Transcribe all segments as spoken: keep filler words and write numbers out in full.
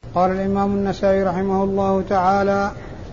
قال الإمام النسائي رحمه الله تعالى: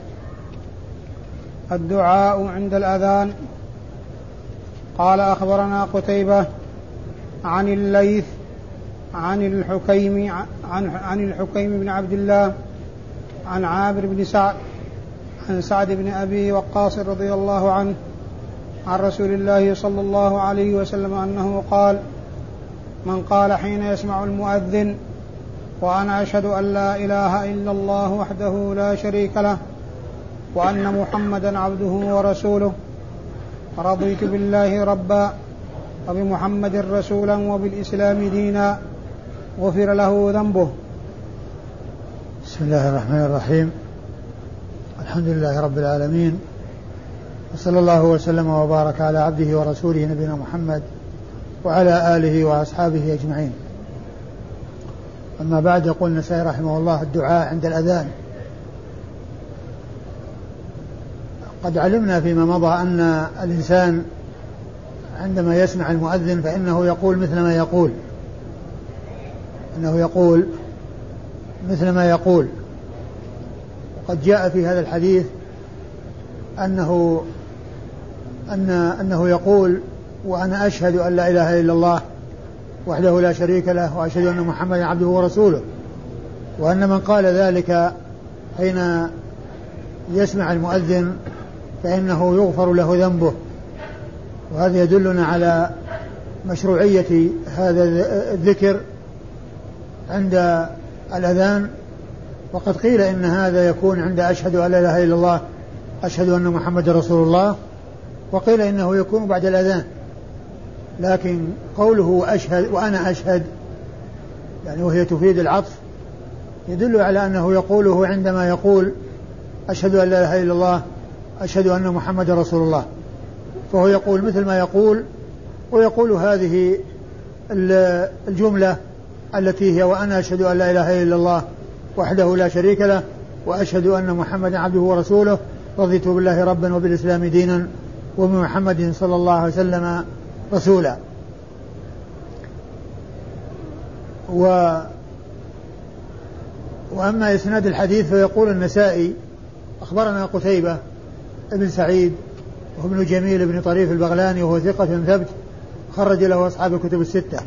الدعاء عند الأذان. قال: أخبرنا قتيبة عن الليث عن الحكيم عن, عن الحكيم بن عبد الله عن عامر بن سعد عن سعد بن أبي وقاص رضي الله عنه عن رسول الله صلى الله عليه وسلم أنه قال: من قال حين يسمع المؤذن: وأنا أشهد أن لا إله إلا الله وحده لا شريك له وأن محمدا عبده ورسوله، رضيت بالله ربا وبمحمد رسولا وبالإسلام دينا، غفر له ذنبه. بسم الله الرحمن الرحيم. الحمد لله رب العالمين، وصلى الله وسلم وبارك على عبده ورسوله نبينا محمد وعلى آله وأصحابه أجمعين. أما بعد، يقول النسائي رحمه الله: الدعاء عند الأذان. قد علمنا فيما مضى أن الإنسان عندما يسمع المؤذن فإنه يقول مثل ما يقول إنه يقول مثل ما يقول وقد جاء في هذا الحديث أنه أن أنه يقول: وأنا أشهد أن لا إله إلا الله وحده لا شريك له وأشهد أن محمدا عبده ورسوله، وأن من قال ذلك حين يسمع المؤذن فإنه يغفر له ذنبه. وهذا يدلنا على مشروعية هذا الذكر عند الأذان. وقد قيل إن هذا يكون عند أشهد أن لا إله إلا الله أشهد أن محمد رسول الله، وقيل إنه يكون بعد الأذان. لكن قوله أشهد وأنا أشهد يعني وهي تفيد العطف يدل على أنه يقوله عندما يقول أشهد أن لا إله إلا الله أشهد أن محمد رسول الله، فهو يقول مثل ما يقول، ويقول هذه الجملة التي هي وأنا أشهد أن لا إله إلا الله وحده لا شريك له وأشهد أن محمدا عبده ورسوله، رضيت بالله ربا وبالإسلام دينا وبمحمد صلى الله عليه وسلم رسولا. و وأما إسناد الحديث فيقول النسائي: أخبرنا قتيبة ابن سعيد وهو ابن جميل بن طريف البغلاني وهو ثقة ثبت خرج له أصحاب الكتب الستة،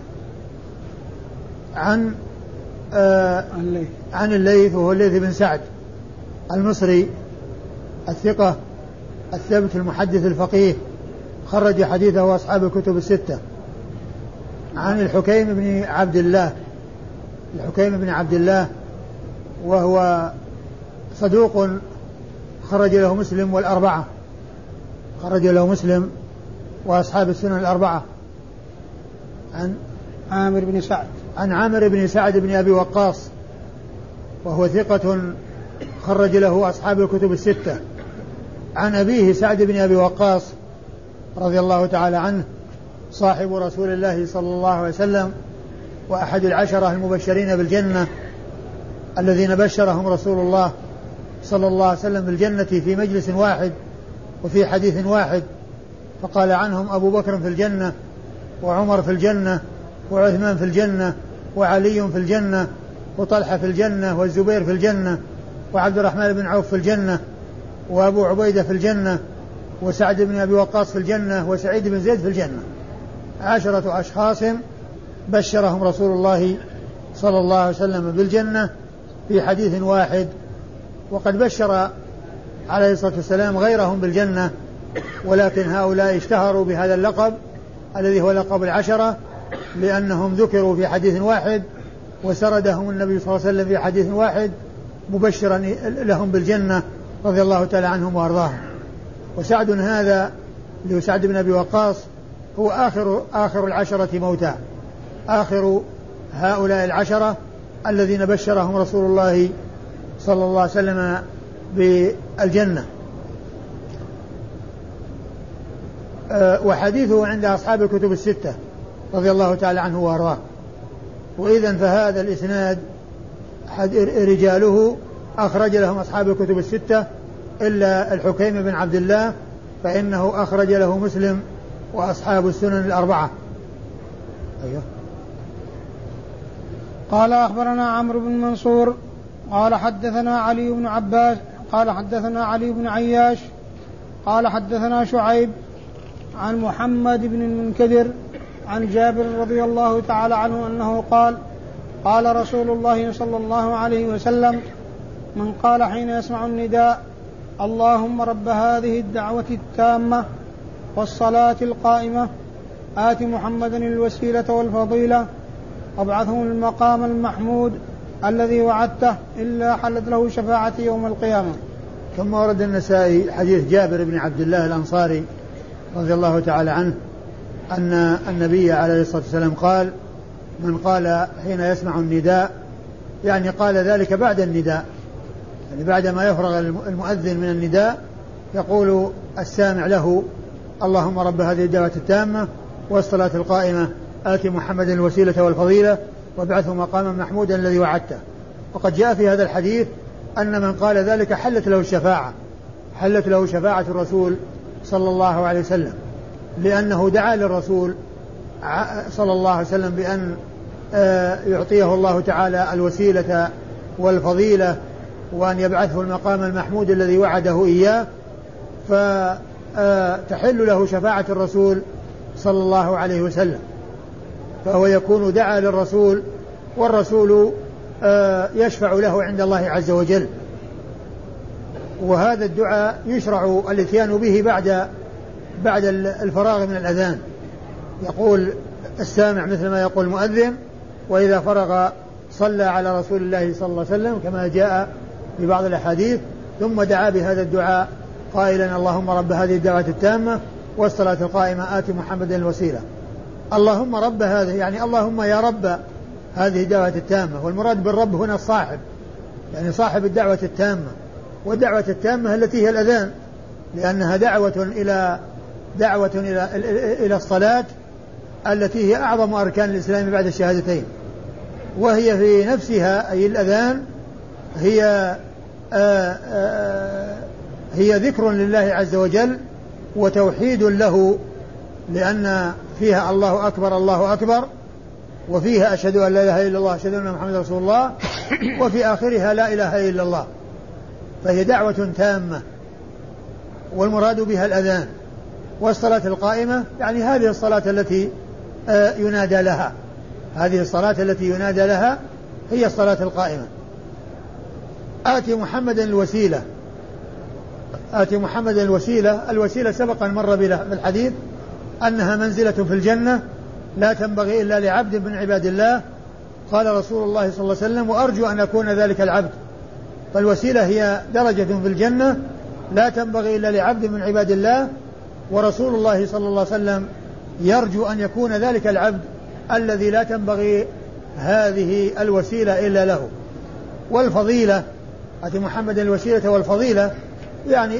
عن آه عن الليث وهو الليث بن سعد المصري الثقة الثبت المحدث الفقيه خرج حديثه أصحاب الكتب الستة، عن الحكيم بن عبد الله الحكيم بن عبد الله وهو صدوق خرج له مسلم والأربعة خرج له مسلم وأصحاب السنن الأربعة. عن عامر بن سعد عن عامر بن سعد بن أبي وقاص وهو ثقة خرج له أصحاب الكتب الستة، عن أبيه سعد بن أبي وقاص رضي الله تعالى عنه صاحب رسول الله صلى الله عليه وسلم وأحد العشرة المبشرين بالجنة الذين بشرهم رسول الله صلى الله عليه وسلم بالجنة في مجلس واحد وفي حديث واحد، فقال عنهم: أبو بكر في الجنة وعمر في الجنة وعثمان في الجنة وعلي في الجنة وطلحة في الجنة والزبير في الجنة وعبد الرحمن بن عوف في الجنة وأبو عبيدة في الجنة وسعد بن أبي وقاص في الجنة وسعيد بن زيد في الجنة. عشرة أشخاص بشرهم رسول الله صلى الله عليه وسلم بالجنة في حديث واحد، وقد بشر عليه الصلاة والسلام غيرهم بالجنة، ولكن هؤلاء اشتهروا بهذا اللقب الذي هو لقب العشرة لأنهم ذكروا في حديث واحد وسردهم النبي صلى الله عليه وسلم في حديث واحد مبشرا لهم بالجنة رضي الله تعالى عنهم وأرضاهم. وسعد هذا اللي هو سعد بن أبي وقاص هو آخر آخر العشرة موتى، آخر هؤلاء العشرة الذين بشرهم رسول الله صلى الله عليه وسلم بالجنة. أه وحديثه عند أصحاب الكتب الستة رضي الله تعالى عنه وأرضاه. وإذن فهذا الإسناد رجاله أخرج لهم أصحاب الكتب الستة إلا الحكيم بن عبد الله فإنه أخرج له مسلم وأصحاب السنن الأربعة. أيوه. قال: أخبرنا عمرو بن منصور قال حدثنا علي بن عباس قال حدثنا علي بن عياش قال حدثنا شعيب عن محمد بن المنكدر عن جابر رضي الله تعالى عنه أنه قال قال رسول الله صلى الله عليه وسلم من قال حين يسمع النداء اللهم رب هذه الدعوة التامة والصلاة القائمة آت محمدا الوسيلة والفضيلة وابعثه المقام المحمود الذي وعدته إلا حلت له شفاعة يوم القيامة. ثم ورد النسائي حديث جابر بن عبد الله الأنصاري رضي الله تعالى عنه أن النبي عليه الصلاة والسلام قال من قال حين يسمع النداء، يعني قال ذلك بعد النداء، يعني بعد ما يفرغ المؤذن من النداء يقول السامع له اللهم رب هذه الدعوة التامة والصلاة القائمة آت محمد الوسيلة والفضيلة وابعثه مقاما محمودا الذي وعدته. وقد جاء في هذا الحديث أن من قال ذلك حلت له الشفاعة حلت له شفاعة الرسول صلى الله عليه وسلم، لأنه دعا للرسول صلى الله عليه وسلم بأن يعطيه الله تعالى الوسيلة والفضيلة وأن يبعثه المقام المحمود الذي وعده إياه، فتحل له شفاعة الرسول صلى الله عليه وسلم، فهو يكون دعا للرسول والرسول يشفع له عند الله عز وجل. وهذا الدعاء يشرع الاتيان به بعد بعد الفراغ من الأذان، يقول السامع مثل ما يقول المؤذن، وإذا فرغ صلى على رسول الله صلى الله عليه وسلم كما جاء في بعض الأحاديث، ثم دعا بهذا الدعاء قائلا اللهم رب هذه الدعوة التامة والصلاة القائمة آت محمد الوسيلة. اللهم رب هذه يعني اللهم يا رب هذه الدعوة التامة، والمراد بالرب هنا الصاحب، يعني صاحب الدعوة التامة، والدعوة التامة التي هي الأذان، لأنها دعوة إلى دعوة إلى إلى الصلاة التي هي أعظم أركان الإسلام بعد الشهادتين، وهي في نفسها أي الأذان هي آآ آآ هي ذكر لله عز وجل وتوحيد له، لأن فيها الله أكبر الله أكبر، وفيها أشهد أن لا إله إلا الله أشهد أن محمدا رسول الله، وفي آخرها لا إله إلا الله، فهي دعوة تامة والمراد بها الأذان. والصلاة القائمة يعني هذه الصلاة التي ينادى لها، هذه الصلاة التي ينادى لها هي الصلاة القائمة. آتي محمدا الوسيلة، آتي محمدا الوسيلة، الوسيلة سبقا مر بالحديث أنها منزلة في الجنة لا تنبغي إلا لعبد من عباد الله، قال رسول الله صلى الله عليه وسلم وأرجو أن أكون ذلك العبد. فالوسيلة هي درجة في الجنة لا تنبغي إلا لعبد من عباد الله، ورسول الله صلى الله عليه وسلم يرجو أن يكون ذلك العبد الذي لا تنبغي هذه الوسيلة إلا له. والفضيلة آتي محمد الوسيلة والفضيلة يعني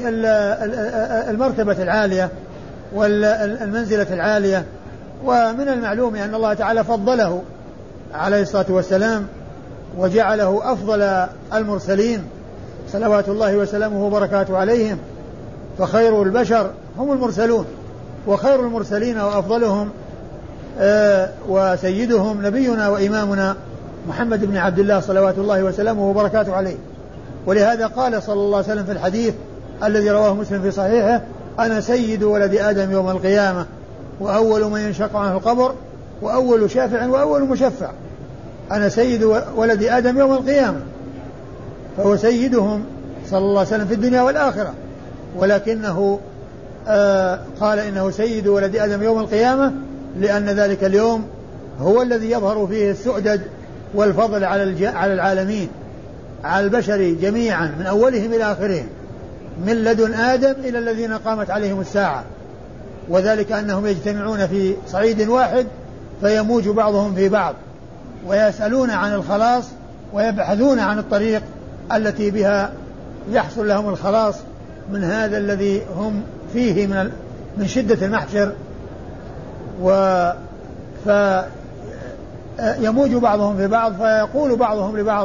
المرتبة العالية والمنزلة العالية. ومن المعلوم أن الله تعالى فضله عليه الصلاة والسلام وجعله أفضل المرسلين صلوات الله وسلامه وبركاته عليهم، فخير البشر هم المرسلون، وخير المرسلين وأفضلهم آه وسيدهم نبينا وإمامنا محمد بن عبد الله صلوات الله وسلامه وبركاته عليه. ولهذا قال صلى الله عليه وسلم في الحديث الذي رواه مسلم في صحيحه أنا سيد ولد آدم يوم القيامة وأول من ينشق عنه القبر وأول شافع وأول مشفع. أنا سيد ولد آدم يوم القيامة، فهو سيدهم صلى الله عليه وسلم في الدنيا والآخرة، ولكنه آه قال إنه سيد ولد آدم يوم القيامة لأن ذلك اليوم هو الذي يظهر فيه السؤدد والفضل على على العالمين، على البشر جميعا من أولهم إلى آخرهم، من لدن آدم إلى الذين قامت عليهم الساعة، وذلك أنهم يجتمعون في صعيد واحد فيموج بعضهم في بعض ويسألون عن الخلاص ويبحثون عن الطريق التي بها يحصل لهم الخلاص من هذا الذي هم فيه من من شدة المحشر. و فيموج بعضهم في بعض فيقول بعضهم لبعض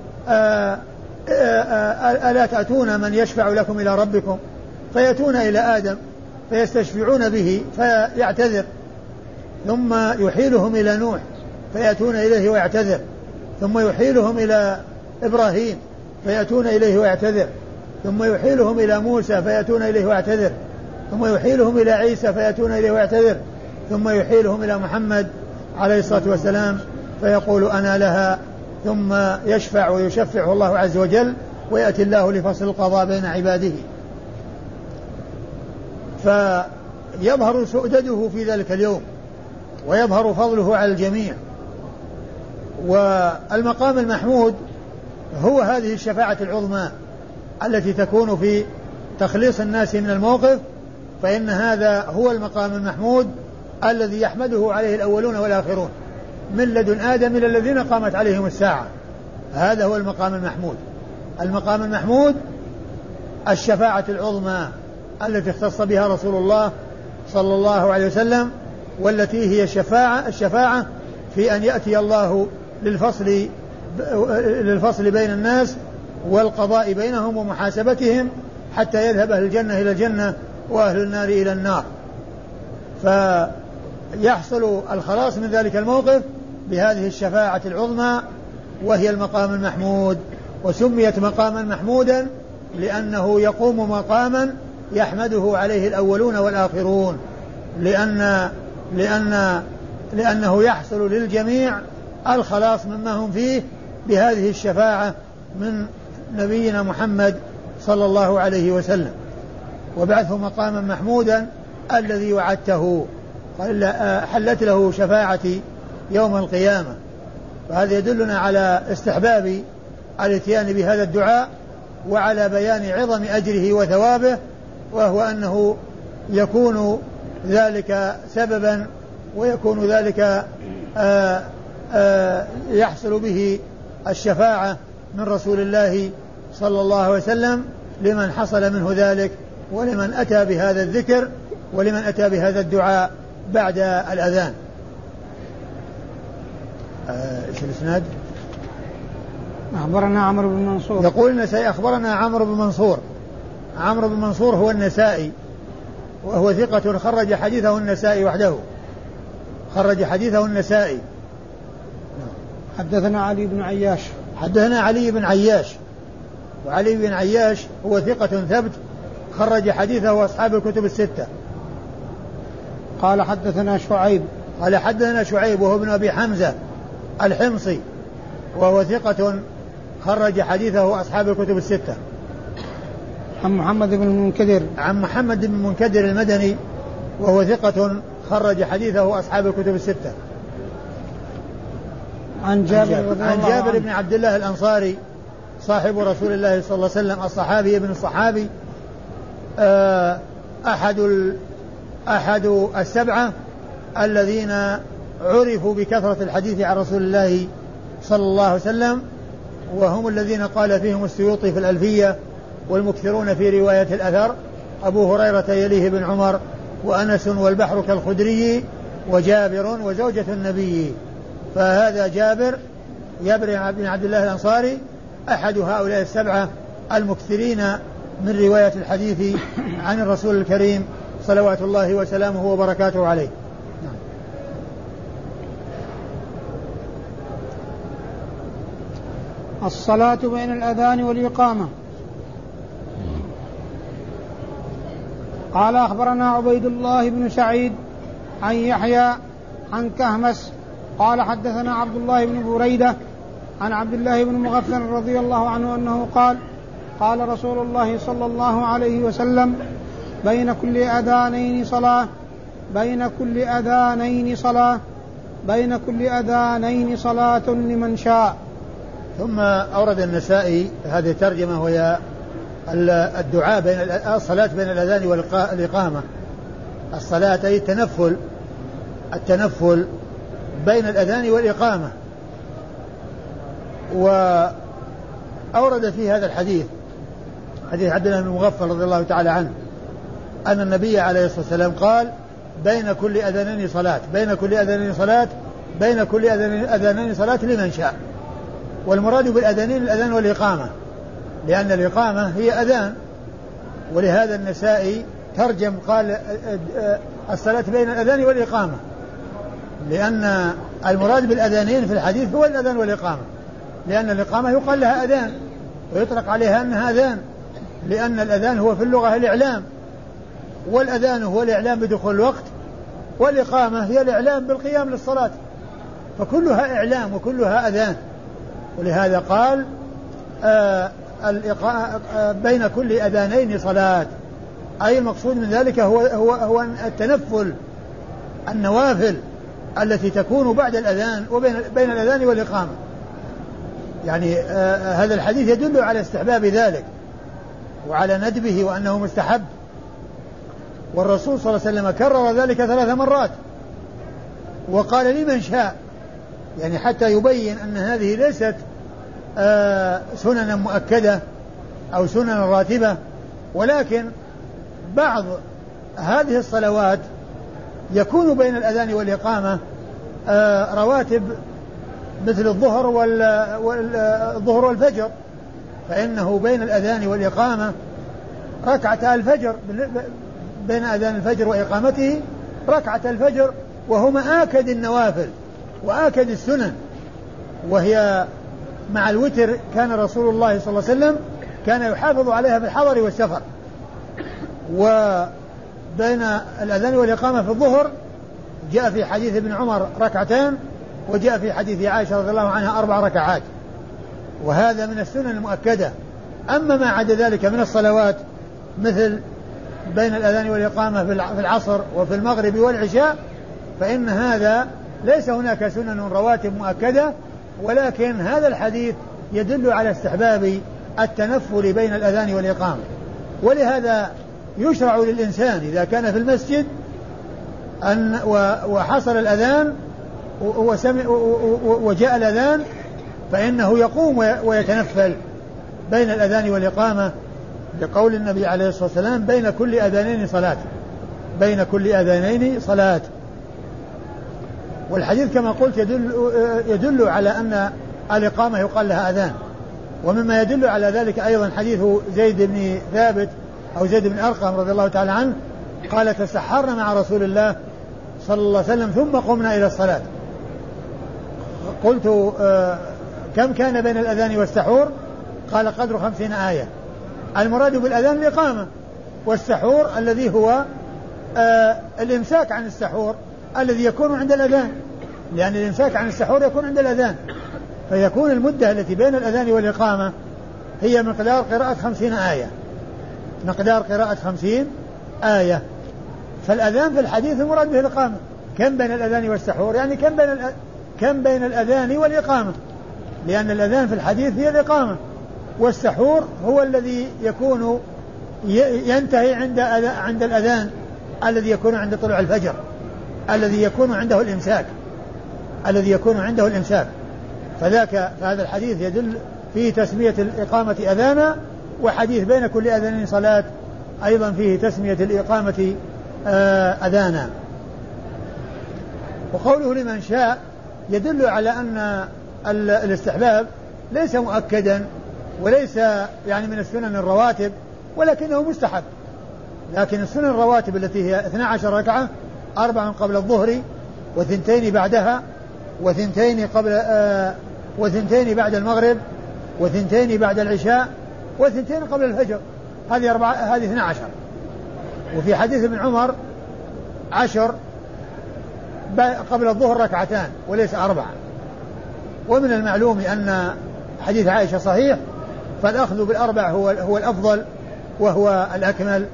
ألا تأتون من يشفع لكم إلى ربكم، فيأتون إلى آدم فيستشفعون به فيعتذر، ثم يحيلهم إلى نوح فيأتون إليه ويعتذر، ثم يحيلهم إلى إبراهيم فيأتون إليه ويعتذر، ثم يحيلهم إلى موسى فيأتون إليه ويعتذر، ثم يحيلهم إلى عيسى فيأتون إليه ويعتذر، ثم يحيلهم إلى محمد عليه الصلاة والسلام فيقول أنا لها، ثم يشفع ويشفعه الله عز وجل ويأتي الله لفصل القضاء بين عباده. فيظهر سؤدده في ذلك اليوم ويظهر فضله على الجميع. والمقام المحمود هو هذه الشفاعة العظمى التي تكون في تخليص الناس من الموقف، فإن هذا هو المقام المحمود الذي يحمده عليه الأولون والآخرون من لدن آدم إلى الذين قامت عليهم الساعة. هذا هو المقام المحمود. المقام المحمود الشفاعة العظمى التي اختص بها رسول الله صلى الله عليه وسلم، والتي هي الشفاعة الشفاعة في أن يأتي الله للفصل للفصل بين الناس والقضاء بينهم ومحاسبتهم حتى يذهب أهل الجنة إلى الجنة وأهل النار إلى النار، فيحصل الخلاص من ذلك الموقف بهذه الشفاعة العظمى وهي المقام المحمود. وسميت مقاما محمودا لأنه يقوم مقاما يحمده عليه الأولون والآخرون، لأن لأن لأنه يحصل للجميع الخلاص مما هم فيه بهذه الشفاعة من نبينا محمد صلى الله عليه وسلم. وبعثه مقاما محمودا الذي وعدته، حلت له شفاعتي يوم القيامة. فهذا يدلنا على استحباب الاتيان بهذا الدعاء وعلى بيان عظم أجره وثوابه، وهو أنه يكون ذلك سببا ويكون ذلك آآ آآ يحصل به الشفاعة من رسول الله صلى الله عليه وسلم لمن حصل منه ذلك، ولمن أتى بهذا الذكر، ولمن أتى بهذا الدعاء بعد الأذان. ايش الاسناد؟ أخبرنا عمرو بن منصور. يقول النسائي أخبرنا عمرو بن منصور. عمرو بن منصور هو النسائي، وهو ثقة خرج حديثه النسائي وحده، خرج حديثه النسائي. حدثنا علي بن عياش. حدثنا علي بن عياش، وعلي بن عياش هو ثقة ثبت خرج حديثه أصحاب الكتب الستة. قال حدثنا شعيب. قال حدثنا شعيب وهو ابن أبي حمزة الحمصي، وهو ثقة خرج حديثه أصحاب الكتب الستة. عن محمد بن المنكدر. عن محمد بن المنكدر المدني، وهو ثقة خرج حديثه أصحاب الكتب الستة. عن جابر, عن جابر بن عبد الله الأنصاري صاحب رسول الله صلى الله عليه وسلم الصحابي ابن الصحابي، أحد أحد السبعة الذين عرفوا بكثرة الحديث عن رسول الله صلى الله عليه وسلم، وهم الذين قال فيهم السيوطي في الألفية: والمكثرون في رواية الأثر أبو هريرة يليه بن عمر، وأنس والبحر كالخدري، وجابر وزوجة النبي. فهذا جابر جابر بن عبد الله الأنصاري أحد هؤلاء السبعة المكثرين من رواية الحديث عن الرسول الكريم صلوات الله وسلامه وبركاته عليه. الصلاة بين الأذان والإقامة. قال أخبرنا عبيد الله بن سعيد عن يحيى عن كهمس قال حدثنا عبد الله بن بريدة عن عبد الله بن مغفل رضي الله عنه أنه قال: قال رسول الله صلى الله عليه وسلم: بين كل أذانين صلاة بين كل أذانين صلاة بين كل أذانين صلاة لمن شاء. ثم أورد النسائي هذه الترجمة، وهي الدعاء بين الصلاة بين الأذان والإقامة. الصلاة أي التنفل التنفل بين الأذان والإقامة. وأورد في هذا الحديث حديث عبد الله بن مغفل رضي الله تعالى عنه أن النبي عليه الصلاة والسلام قال: بين كل أذانين صلاة بين كل أذانين صلاة بين كل أذانين صلاة لمن شاء. والمراد بالأذانين الأذان والإقامة، لأن الإقامة هي أذان، ولهذا النسائي ترجم قال الصلاة بين الأذان والإقامة، لأن المراد بالأذانين في الحديث هو الأذان والإقامة، لأن الإقامة يقال لها أذان ويطلق عليها أنها أذان، لأن الأذان هو في اللغة الإعلام، والأذان هو الإعلام بدخول الوقت، والإقامة هي الإعلام بالقيام للصلاة، فكلها إعلام وكلها أذان. ولهذا قال آه آه بين كل أذانين صلاة، أي المقصود من ذلك هو, هو, هو التنفل، النوافل التي تكون بعد الأذان وبين بين الأذان والإقامة. يعني آه هذا الحديث يدل على استحباب ذلك وعلى ندبه وأنه مستحب، والرسول صلى الله عليه وسلم كرر ذلك ثلاث مرات وقال لمن شاء، يعني حتى يبين أن هذه ليست آه سننا مؤكدة أو سننا راتبة، ولكن بعض هذه الصلوات يكون بين الأذان والإقامة آه رواتب مثل الظهر والظهر والفجر، فإنه بين الأذان والإقامة ركعة الفجر، بين أذان الفجر وإقامته ركعة الفجر، وهما آكد النوافل وآكد السنن، وهي مع الوتر كان رسول الله صلى الله عليه وسلم كان يحافظ عليها في الحضر والسفر. وبين الأذان والإقامة في الظهر جاء في حديث ابن عمر ركعتان، وجاء في حديث عائشة رضي الله عنها أربع ركعات، وهذا من السنن المؤكدة. أما ما عدا ذلك من الصلوات مثل بين الأذان والإقامة في العصر وفي المغرب والعشاء فإن هذا ليس هناك سنن رواتب مؤكدة، ولكن هذا الحديث يدل على استحباب التنفل بين الأذان والإقامة. ولهذا يشرع للإنسان إذا كان في المسجد أن وحصل الأذان وجاء الأذان فإنه يقوم ويتنفل بين الأذان والإقامة، لقول النبي عليه الصلاة والسلام بين كل أذانين صلاة، بين كل أذانين صلاة. والحديث كما قلت يدل, يدل على أن الإقامة يقال لها أذان. ومما يدل على ذلك أيضا حديث زيد بن ثابت أو زيد بن أرقم رضي الله تعالى عنه قال تسحرنا مع رسول الله صلى الله عليه وسلم ثم قمنا إلى الصلاة. قلت آه كم كان بين الأذان والسحور؟ قال قدر خمسين آية. المراد بالأذان الإقامة، والسحور الذي هو آه الإمساك عن السحور الذي يكون عند الأذان، لأن الإمساك عن السحور يكون عند الأذان، فيكون المدة التي بين الأذان والإقامة هي مقدار قراءة خمسين آية، مقدار قراءة خمسين آية. فالأذان في الحديث المراد به الإقامة. كم بين الأذان والسحور؟ يعني كم بين كم بين الأذان والإقامة، لأن الأذان في الحديث هي الإقامة، والسحور هو الذي يكون ينتهي عند عند الأذان الذي يكون عند طلوع الفجر، الذي يكون عنده الإمساك، الذي يكون عنده الإمساك. فذاك فهذا الحديث يدل في تسمية الإقامة أذانا، وحديث بين كل أذان صلاة أيضا فيه تسمية الإقامة أذانا. وقوله لمن شاء يدل على أن الاستحباب ليس مؤكدا وليس يعني من السنن الرواتب، ولكنه مستحب. لكن السنن الرواتب التي هي اثنتا عشرة ركعة، أربع قبل الظهر وثنتين بعدها وثنتين قبل آه وثنتين بعد المغرب وثنتين بعد العشاء وثنتين قبل الفجر، هذه أربعة، هذه اثنتا عشر. وفي حديث ابن عمر عشر قبل الظهر ركعتان وليس أربعة. ومن المعلوم أن حديث عائشة صحيح، فالأخذ بالأربع هو هو الأفضل وهو الأكمل.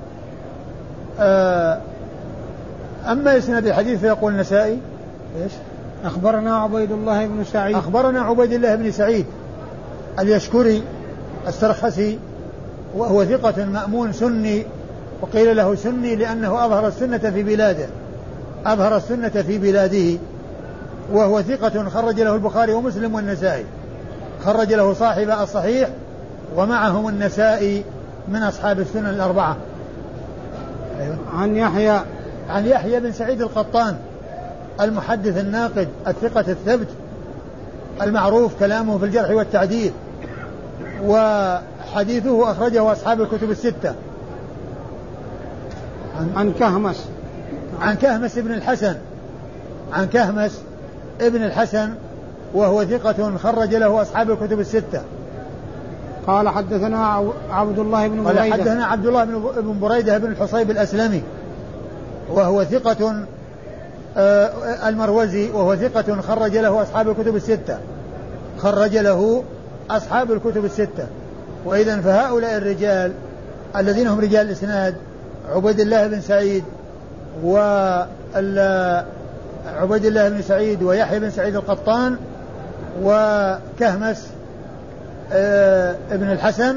أما إسناد الحديث فيقول النسائي إيش؟ أخبرنا عبيد الله بن سعيد أخبرنا عبيد الله بن سعيد اليشكري السرخسي، وهو ثقة مأمون سني، وقيل له سني لأنه أظهر السنة في بلاده، أظهر السنة في بلاده، وهو ثقة خرج له البخاري ومسلم والنسائي، خرج له صاحب الصحيح ومعهم النسائي من أصحاب السنن الأربعة. أيوة. عن يحيى عن يحيى بن سعيد القطان المحدث الناقد الثقة الثبت المعروف كلامه في الجرح والتعديل، وحديثه أخرجه أصحاب الكتب الستة. عن, عن كهمس عن كهمس ابن الحسن عن كهمس ابن الحسن وهو ثقة خرج له أصحاب الكتب الستة. قال حدثنا عبد الله بن قال بريدة حدثنا عبد الله بن بريدة بن الحصيب الأسلمي وهو ثقة المروزي وهو ثقة خرج له أصحاب الكتب الستة خرج له أصحاب الكتب الستة. وإذن فهؤلاء الرجال الذين هم رجال الإسناد عبيد الله بن سعيد وعبيد الله بن سعيد ويحيى بن سعيد القطان وكهمس ابن الحسن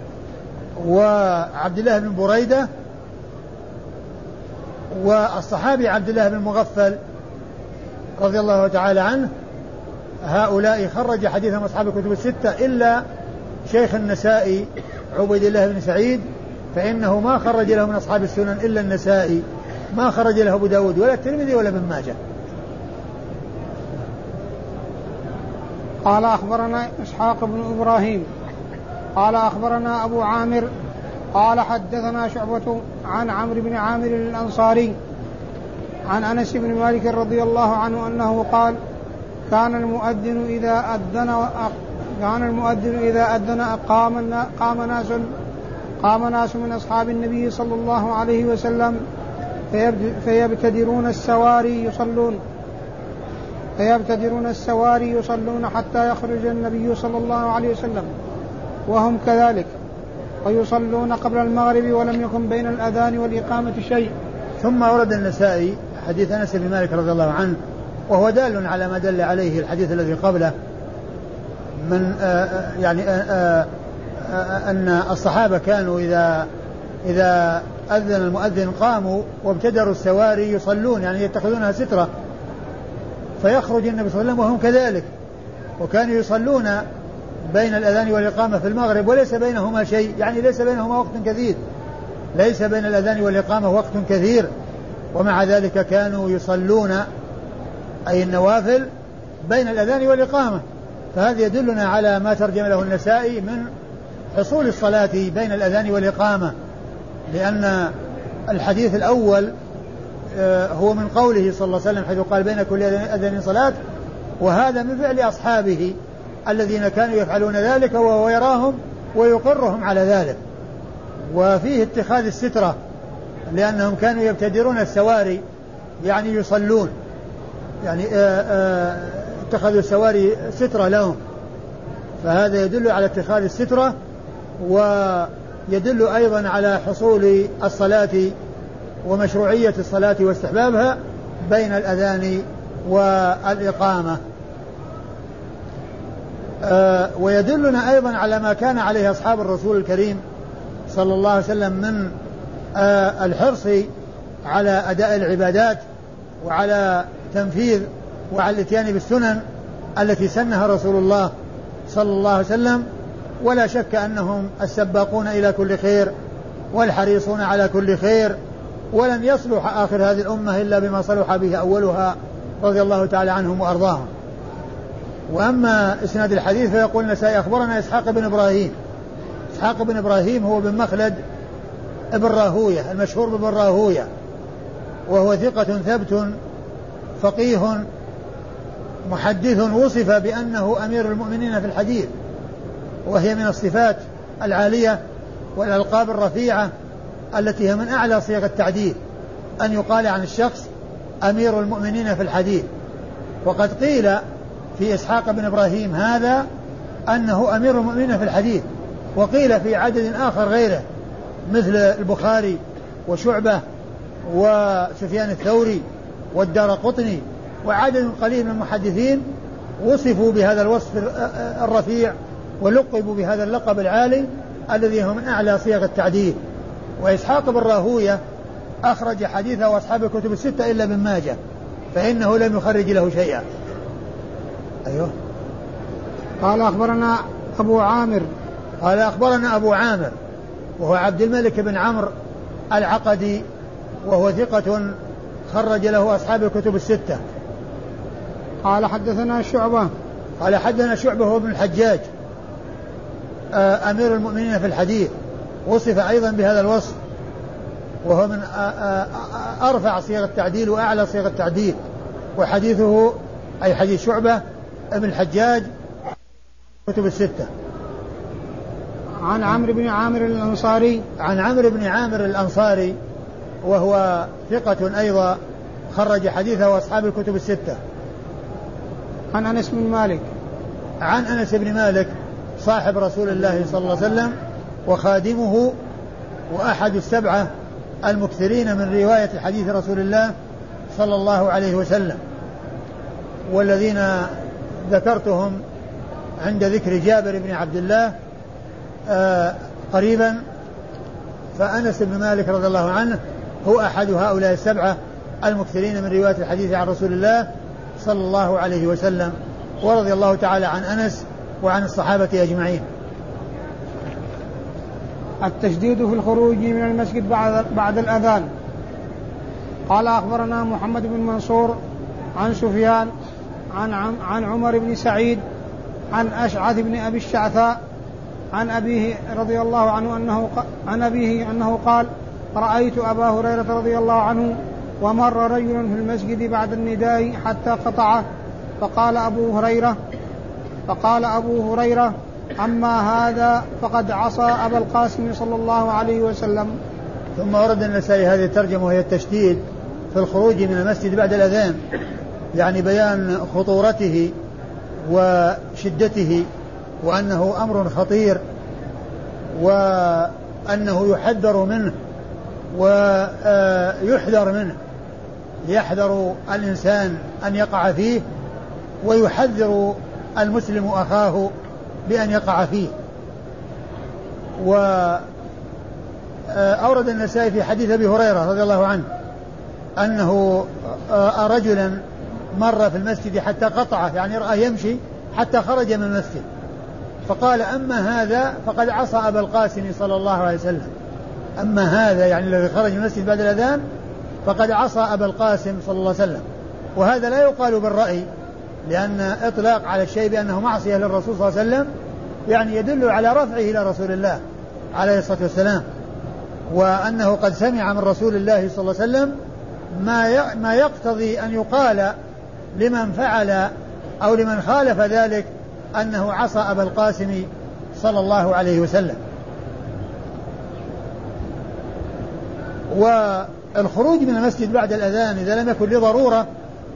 وعبد الله بن بريدة والصحابي عبد الله بن مغفل رضي الله تعالى عنه. هؤلاء خرج حديثهم أصحاب الكتب الستة إلا شيخ النسائي عبيد الله بن سعيد فإنه ما خرج له من أصحاب السنن إلا النسائي ما خرج له أبو داود ولا الترمذي ولا ابن ماجه. قال أخبرنا إسحاق بن إبراهيم قال أخبرنا أبو عامر قال حدثنا شعبة عن عمرو بن عامر الأنصاري عن أنس بن مالك رضي الله عنه أنه قال كان المؤذن إذا أذن كان المؤذن إذا أذن قام قام ناس قام ناس من أصحاب النبي صلى الله عليه وسلم فيبتدرون السواري يصلون فيبتدرون السواري يصلون حتى يخرج النبي صلى الله عليه وسلم وهم كذلك ويصلون قبل المغرب ولم يكن بين الأذان والإقامة شيء. ثم ورد النسائي حديث أنس بن مالك رضي الله عنه وهو دال على ما دل عليه الحديث الذي قبله من آآ يعني آآ آآ أن الصحابة كانوا إذا إذا أذن المؤذن قاموا وابتدروا السواري يصلون يعني يتخذونها سترة فيخرج النبي صلى الله عليه وسلم وهم كذلك وكانوا يصلون بين الأذان والإقامة في المغرب وليس بينهما شيء يعني ليس بينهما وقت كثير ليس بين الأذان والإقامة وقت كثير ومع ذلك كانوا يصلون أي النوافل بين الأذان والإقامة. فهذا يدلنا على ما ترجم له النسائي من حصول الصلاة بين الأذان والإقامة لأن الحديث الأول هو من قوله صلى الله عليه وسلم حيث قال بين كل أذان صلاة وهذا من فعل أصحابه الذين كانوا يفعلون ذلك وهو يراهم ويقرهم على ذلك. وفيه اتخاذ السترة لأنهم كانوا يبتدرون السواري يعني يصلون يعني اتخذوا السواري سترة لهم فهذا يدل على اتخاذ السترة ويدل أيضا على حصول الصلاة ومشروعية الصلاة واستحبابها بين الأذان والإقامة. أه ويدلنا أيضا على ما كان عليه أصحاب الرسول الكريم صلى الله عليه وسلم من أه الحرص على أداء العبادات وعلى تنفيذ وعلى الاتيان بالسنن التي سنها رسول الله صلى الله عليه وسلم. ولا شك أنهم السباقون إلى كل خير والحريصون على كل خير ولن يصلح آخر هذه الأمة إلا بما صلح به أولها رضي الله تعالى عنهم وأرضاهم. وأما إسناد الحديث فيقول النسائي أخبرنا إسحاق بن إبراهيم إسحاق بن إبراهيم هو بن مخلد ابن راهوية المشهور بابن راهوية وهو ثقة ثبت فقيه محدث وصف بأنه أمير المؤمنين في الحديث وهي من الصفات العالية والألقاب الرفيعة التي هي من أعلى صيغ التعديل أن يقال عن الشخص أمير المؤمنين في الحديث. وقد قيل في إسحاق بن إبراهيم هذا أنه أمير المؤمنين في الحديث وقيل في عدد آخر غيره مثل البخاري وشعبة وسفيان الثوري والدارقطني وعدد قليل من المحدثين وصفوا بهذا الوصف الرفيع ولقبوا بهذا اللقب العالي الذي هو من أعلى صيغ التعديل. وإسحاق بن راهوية أخرج حديثه وأصحاب الكتب الستة إلا ابن ماجه فإنه لم يخرج له شيئا. أيوه. قال أخبرنا أبو عامر قال أخبرنا أبو عامر وهو عبد الملك بن عمرو العقدي وهو ثقة خرج له أصحاب الكتب الستة. قال حدثنا شعبة قال حدثنا شعبة هو ابن الحجاج أمير المؤمنين في الحديث وصف أيضا بهذا الوصف وهو من أرفع صيغ التعديل وأعلى صيغ التعديل وحديثه أي حديث شعبة ابن الحجاج كتب الستة. عن عمرو بن عامر الأنصاري عن عمرو بن عامر الأنصاري وهو ثقة أيضا خرج حديثه أصحاب الكتب الستة. عن أنس بن مالك عن أنس بن مالك صاحب رسول الله صلى الله عليه وسلم وخادمه وأحد السبعة المكثرين من رواية حديث رسول الله صلى الله عليه وسلم، والذين ذكرتهم عند ذكر جابر بن عبد الله آه قريبا. فأنس بن مالك رضي الله عنه هو أحد هؤلاء السبعة المكثرين من رواية الحديث عن رسول الله صلى الله عليه وسلم، ورضي الله تعالى عن أنس وعن الصحابة أجمعين. التشديد في الخروج من المسجد بعد, بعد الأذان. قال أخبرنا محمد بن منصور عن سفيان عن, عن عمر بن سعيد عن أشعث بن أبي الشعثاء عن أبيه رضي الله عنه أنه عن أبيه أنه قال: رأيت أبا هريرة رضي الله عنه ومر رجل في المسجد بعد النداء حتى قطعه، فقال أبو هريرة فقال أبو هريرة: أما هذا فقد عصى أبا القاسم صلى الله عليه وسلم. ثم ورد النسائي هذه الترجمة وهي التشديد في الخروج من المسجد بعد الأذان، يعني بيان خطورته وشدته وأنه أمر خطير وأنه يحذر منه ويحذر منه، يحذر الإنسان أن يقع فيه ويحذر المسلم أخاه بأن يقع فيه. وأورد النسائي في حديث أبي هريرة رضي الله عنه أنه رجلا مر في المسجد حتى قطعه، يعني رأى يمشي حتى خرج من المسجد، فقال: أما هذا فقد عصى أبا القاسم صلى الله عليه وسلم. أما هذا يعني الذي خرج من المسجد بعد الأذان فقد عصى أبا القاسم صلى الله عليه وسلم. وهذا لا يقال بالرأي، لأن إطلاق على الشيء بأنه معصية للرسول صلى الله عليه وسلم يعني يدل على رفعه إلى رسول الله عليه الصلاة والسلام، وأنه قد سمع من رسول الله صلى الله عليه وسلم ما ما يقتضي أن يقال لمن فعل أو لمن خالف ذلك أنه عصى أبا القاسم صلى الله عليه وسلم. والخروج من المسجد بعد الأذان إذا لم يكن لضرورة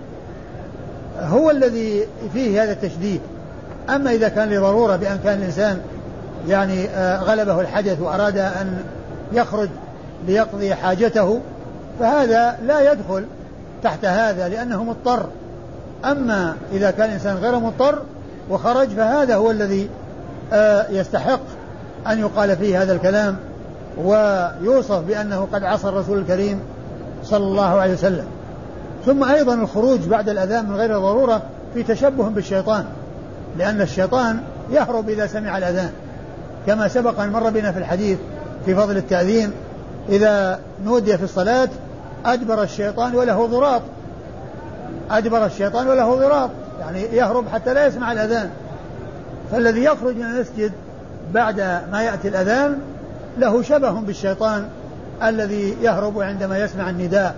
هو الذي فيه هذا التشديد. أما إذا كان لضرورة بأن كان الإنسان يعني غلبه الحدث وأراد أن يخرج ليقضي حاجته فهذا لا يدخل تحت هذا لأنه مضطر. أما إذا كان الإنسان غير مضطر وخرج فهذا هو الذي يستحق أن يقال فيه هذا الكلام ويوصف بأنه قد عصى الرسول الكريم صلى الله عليه وسلم. ثم أيضا الخروج بعد الأذان من غير ضرورة في تشبه بالشيطان، لأن الشيطان يهرب إذا سمع الأذان، كما سبق أن مر بنا في الحديث في فضل التأذين: إذا نودي في الصلاة أدبر الشيطان وله ضراط، أدبر الشيطان وله ضراط، يعني يهرب حتى لا يسمع الأذان. فالذي يخرج من المسجد بعد ما يأتي الأذان له شبه بالشيطان الذي يهرب عندما يسمع النداء.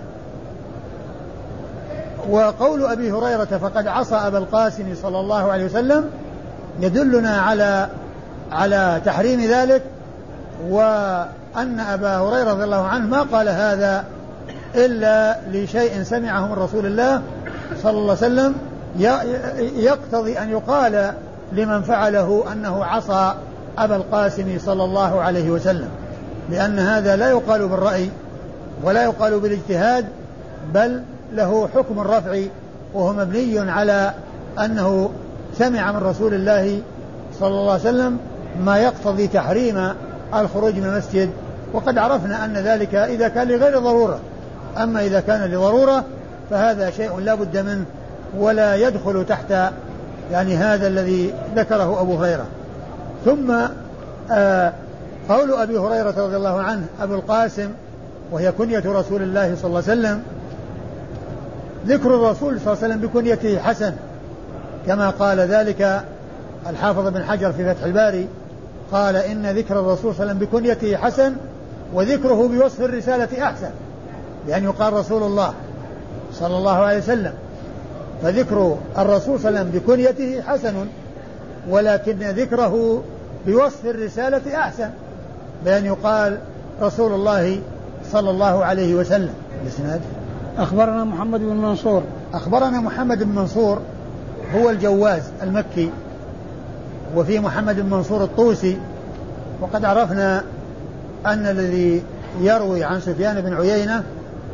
وقول أبي هريرة فقد عصى أبا القاسم صلى الله عليه وسلم يدلنا على على تحريم ذلك، وأن أبا هريرة رضي الله عنه ما قال هذا إلا لشيء سمعه من رسول الله صلى الله عليه وسلم يقتضي أن يقال لمن فعله أنه عصى أبا القاسم صلى الله عليه وسلم، لأن هذا لا يقال بالرأي ولا يقال بالاجتهاد، بل له حكم الرفع، وهو مبني على أنه سمع من رسول الله صلى الله عليه وسلم ما يقتضي تحريم الخروج من المسجد. وقد عرفنا أن ذلك إذا كان لغير ضرورة، أما إذا كان لضرورة فهذا شيء لا بد منه ولا يدخل تحت يعني هذا الذي ذكره أبو هريرة. ثم آه قول أبي هريرة رضي الله عنه أبو القاسم وهي كنية رسول الله صلى الله عليه وسلم، ذكر الرسول صلى الله عليه وسلم بكنيته حسن، كما قال ذلك الحافظ بن حجر في فتح الباري، قال إن ذكر الرسول صلى الله عليه وسلم بكنيته حسن وذكره بوصف الرسالة أحسن، لأن يقال رسول الله صلى الله عليه وسلم، فذكر الرسول صلى الله عليه وسلم بكنيته حسن، ولكن ذكره بوصف الرسالة أحسن، بأن يقال رسول الله صلى الله عليه وسلم. الإسناد أخبرنا محمد بن منصور. أخبرنا محمد بن منصور هو الجواز المكي، وفي محمد بن منصور الطوسي. وقد عرفنا أن الذي يروي عن سفيان بن عيينة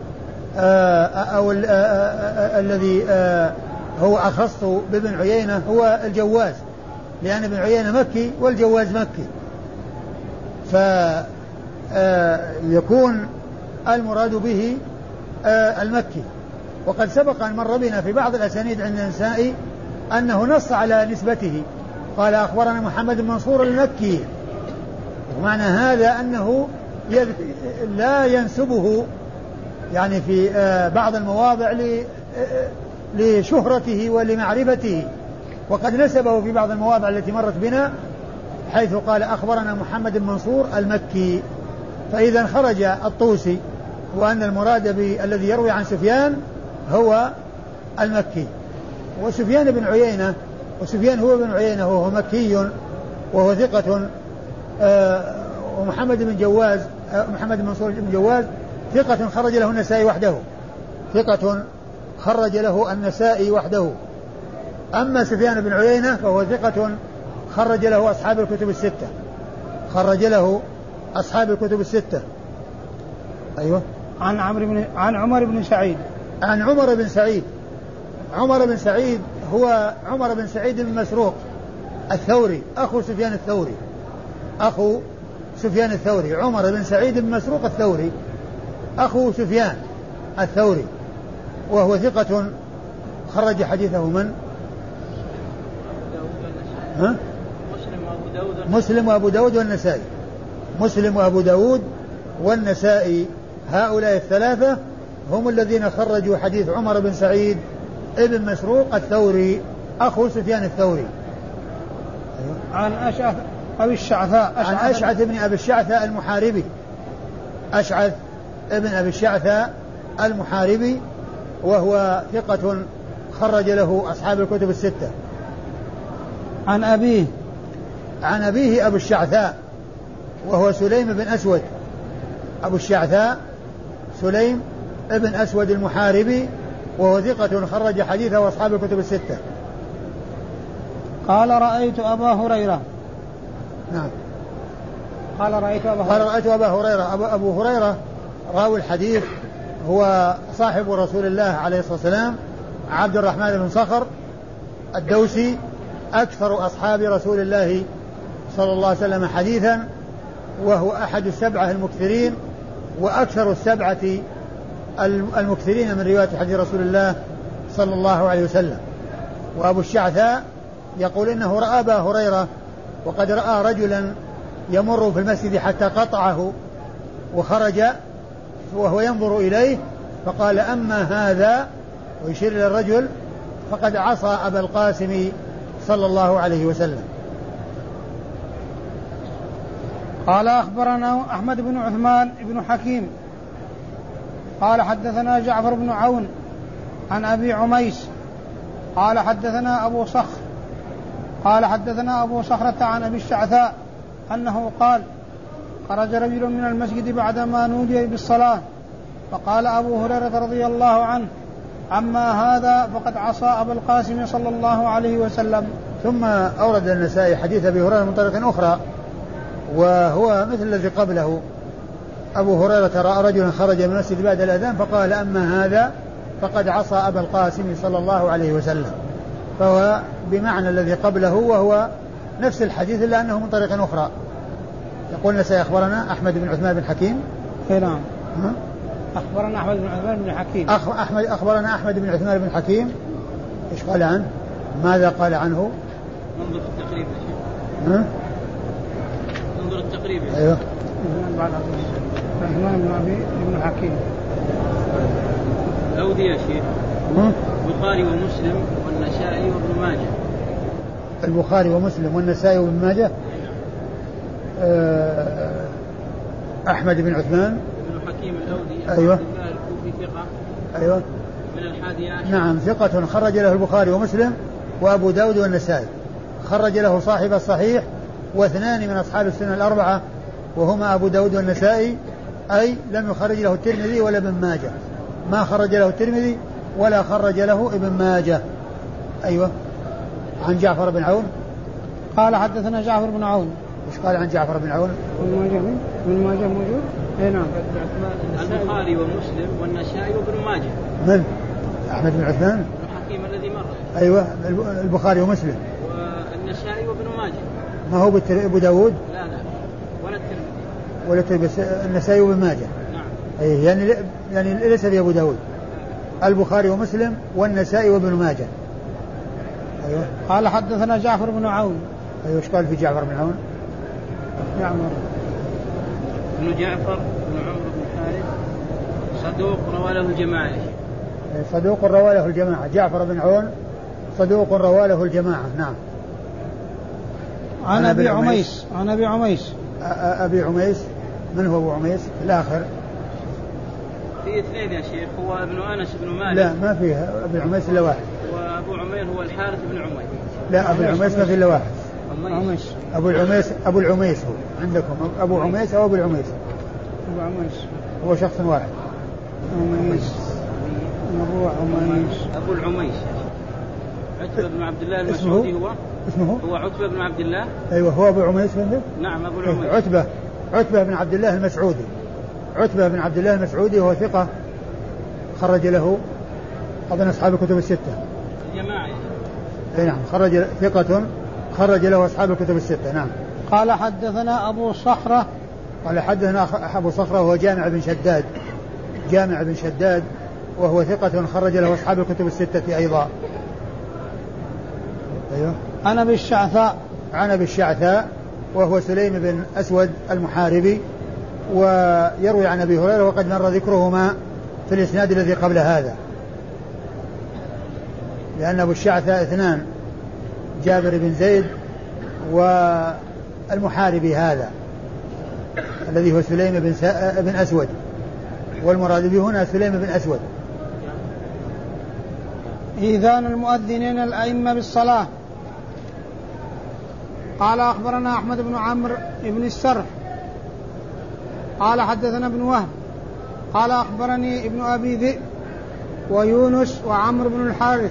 أو الذي هو أخص بابن عيينة هو الجواز، لأن ابن عيينة مكي والجواز مكي، فيكون المراد به المكي. وقد سبق أن مر بنا في بعض الأسانيد عند النسائي أنه نص على نسبته، قال أخبرنا محمد بن منصور المكي، ومعنى هذا أنه لا ينسبه يعني في بعض المواضع لشهرته ولمعرفته، وقد نسبه في بعض المواضع التي مرت بنا حيث قال أخبرنا محمد بن منصور المكي. فإذا خرج الطوسي وأن المراد بالذي يروي عن سفيان هو المكي. وسفيان بن عيينة وسفيان هو بن عيينة وهو مكي وهو ثقة، ومحمد بن جواز محمد بن منصور بن جواز ثقة خرج له النسائي وحده ثقة خرج له النسائي وحده. أما سفيان بن عيينة فهو ثقة خرج له أصحاب الكتب الستة خرج له أصحاب الكتب الستة. أيوة. عن عمرو بن عن عمر بن سعيد عن عمر بن سعيد عمر بن سعيد هو عمر بن سعيد بن مسروق الثوري أخو سفيان الثوري أخو سفيان الثوري عمر بن سعيد بن مسروق الثوري أخو سفيان الثوري، وهو ثقة خرج حديثه من؟ ها؟ مسلم وأبو داود والنسائي مسلم وأبو داود والنسائي هؤلاء الثلاثة هم الذين خرجوا حديث عمر بن سعيد ابن مسروق الثوري أخو سفيان الثوري. أيوة. عن أشعث أبي الشعثاء عن أشعث ابن أبي الشعثاء المحاربي أشعث ابن أبي الشعثاء المحاربي وهو ثقة خرج له أصحاب الكتب الستة. عن أبيه عن أبيه أبو الشعثاء وهو سليم بن أسود أبو الشعثاء سليم ابن أسود المحاربي وهو ثقة خرج حديثه وأصحاب الكتب الستة. قال رأيت أبا هريرة. نعم. قال رأيت أبا هريرة قال رأيت أبا هريرة أبو, أبو هريرة راوي الحديث هو صاحب رسول الله عليه الصلاة والسلام عبد الرحمن بن صخر الدوسي أكثر أصحاب رسول الله صلى الله عليه وسلم حديثا، وهو أحد السبعة المكثرين وأكثر السبعة المكثرين من رواية حديث رسول الله صلى الله عليه وسلم. وأبو الشعثاء يقول إنه رأى أبا هريرة وقد رأى رجلا يمر في المسجد حتى قطعه وخرج وهو ينظر إليه فقال أما هذا ويشير إلى الرجل فقد عصى أبا القاسم صلى الله عليه وسلم. قال أخبرنا أحمد بن عثمان بن حكيم قال حدثنا جعفر بن عون عن أبي عميس قال حدثنا أبو صخر قال حدثنا أبو صخرة عن أبي الشعثاء أنه قال خرج رجل من المسجد بعدما نودي بالصلاة فقال أبو هريرة رضي الله عنه عما هذا فقد عصى أبا القاسم صلى الله عليه وسلم. ثم أورد النسائي حديث أبي هريرة من طريق أخرى وهو مثل الذي قبله. أبو هريرة رأى رجلا خرج من المسجد بعد الأذان فقال أما هذا فقد عصى أبا القاسم صلى الله عليه وسلم، فهو بمعنى الذي قبله وهو نفس الحديث إلا أنه من طريق أخرى. يقول النسائي أخبرنا أحمد بن عثمان بن حكيم. نعم. أخبرنا أحمد بن عثمان بن حكيم أخ... أحمد أخبرنا أحمد بن عثمان بن حكيم. إيش قال عنه؟ ماذا قال عنه؟ انظر في التقريب يا شيخ. ها؟ انظر التقريب يا شيخ. أيوه. عثمان بن أبي بن حكيم. أودي يا شيخ. البخاري ومسلم والنسائي وابن ماجه. البخاري ومسلم والنسائي وابن ماجه. أحمد بن عثمان بن حكيم الأودي. أيوه. الكوفي ثقة. أيوه. من الحادي عشر. نعم ثقة خرج له البخاري ومسلم وأبو داود والنسائي. خرج له صاحب الصحيح واثنان من أصحاب السنة الأربعة وهما أبو داود والنسائي، أي لم يخرج له الترمذي ولا ابن ماجه، ما خرج له الترمذي ولا خرج له ابن ماجه. أيوة. عن جعفر بن عون قال حدثنا جعفر بن عون. إيش قال عن جعفر بن عون؟ ابن ماجه ابن ماجه موجود؟ أي نعم. البخاري ومسلم والنسائي وابن ماجه. من؟ أحمد بن عثمان الحكيم الذي مر. أيوة البخاري ومسلم والنسائي وابن ماجه. ما هو أبو داود؟ لا لا ولا الترمذي ولا الترمذي، النسائي وابن ماجه. نعم. أي يعني يعني ليس في أبو داود، البخاري ومسلم والنسائي وابن ماجه. أيوة. قال حدثنا جعفر بن عون. أيوة. إيش قال في جعفر بن عون؟ يعمر ابن جعفر بن عمرو بن حارث صدوق روى له الجماعة. صدوق روى له الجماعة. جعفر بن عون صدوق روى له الجماعة. نعم. عن أبي عميس. عن أبي عميس. أبي عميس من هو أبو عميس الآخر؟ في اثنين يا شيخ، هو ابن أنس بن مالك. لا ما فيها أبي عميس إلا واحد. وأبو عمير هو الحارث بن عمير. لا أبو العميس ما في إلا واحد. عميس. أبو العميس أبو العميس هو عندكم أبو عميس أو أبو العميس؟ أبو عميس هو شخص واحد. عميس. أبو عميس. أبو العميس عتبة بن عبد الله المسعودي. هو اسمه هو عتبة بن عبد الله. أيوة هو أبو عميس بن. نعم أبو العميس. عتبة عتبة بن عبد الله المسعودي. عتبة بن عبد الله المسعودي وهو ثقة خرج له أظن أصحاب الكتب الستة. الجماعة. أي نعم خرج ثقة خرج له أصحاب الكتب الستة. نعم. قال حدثنا أبو صخرة. قال حدثنا أبو صخرة وهو جامع بن شداد. جامع بن شداد وهو ثقة خرج له أصحاب الكتب الستة أيضا. أيوه. عن أبي الشعثاء. عن أبي الشعثاء وهو سليم بن أسود المحاربي، ويروي عن أبي هريرة وقد مر ذكرهما في الإسناد الذي قبل هذا، لأن أبو الشعثاء اثنان، جابر بن زيد والمحاربي هذا الذي هو سليم بن, بن أسود، والمراد به هنا سليم بن أسود. إيذان المؤذنين الأئمة بالصلاة. قال أخبرنا أحمد بن عمرو بن السرح قال حدثنا ابن وهب قال أخبرني ابن أبي ذئب ويونس وعمرو بن الحارث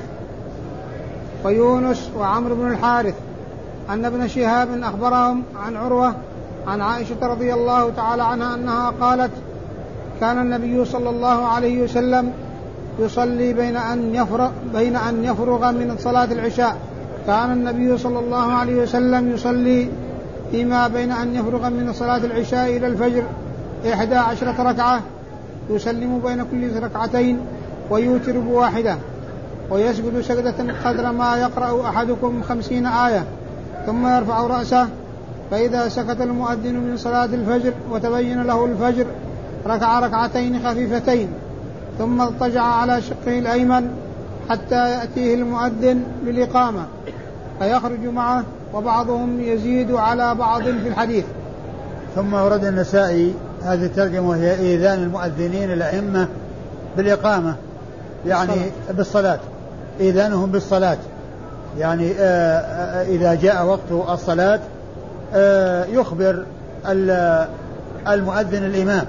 ويونس وعمرو بن الحارث أن ابن شهاب أخبرهم عن عروة عن عائشة رضي الله تعالى عنها أنها قالت: كان النبي صلى الله عليه وسلم يصلي بين أن يفرغ, بين أن يفرغ من صلاة العشاء كان النبي صلى الله عليه وسلم يصلي فيما بين أن يفرغ من صلاة العشاء إلى الفجر إحدى عشرة ركعة، يسلم بين كل ركعتين ويوتر بواحدة، ويسجد سجدة قدر ما يقرأ أحدكم خمسين آية، ثم يرفع رأسه، فإذا سكت المؤذن من صلاة الفجر وتبين له الفجر ركع ركعتين خفيفتين، ثم اضطجع على شقه الأيمن حتى يأتيه المؤذن للإقامة فيخرج معه، وبعضهم يزيد على بعض في الحديث. ثم ورد النسائي هذه الترجمة وهي إيذان المؤذنين الأئمة بالإقامة، يعني بالصلاة، إيذانهم بالصلاة، يعني آآ آآ إذا جاء وقت الصلاة يخبر المؤذن الإمام.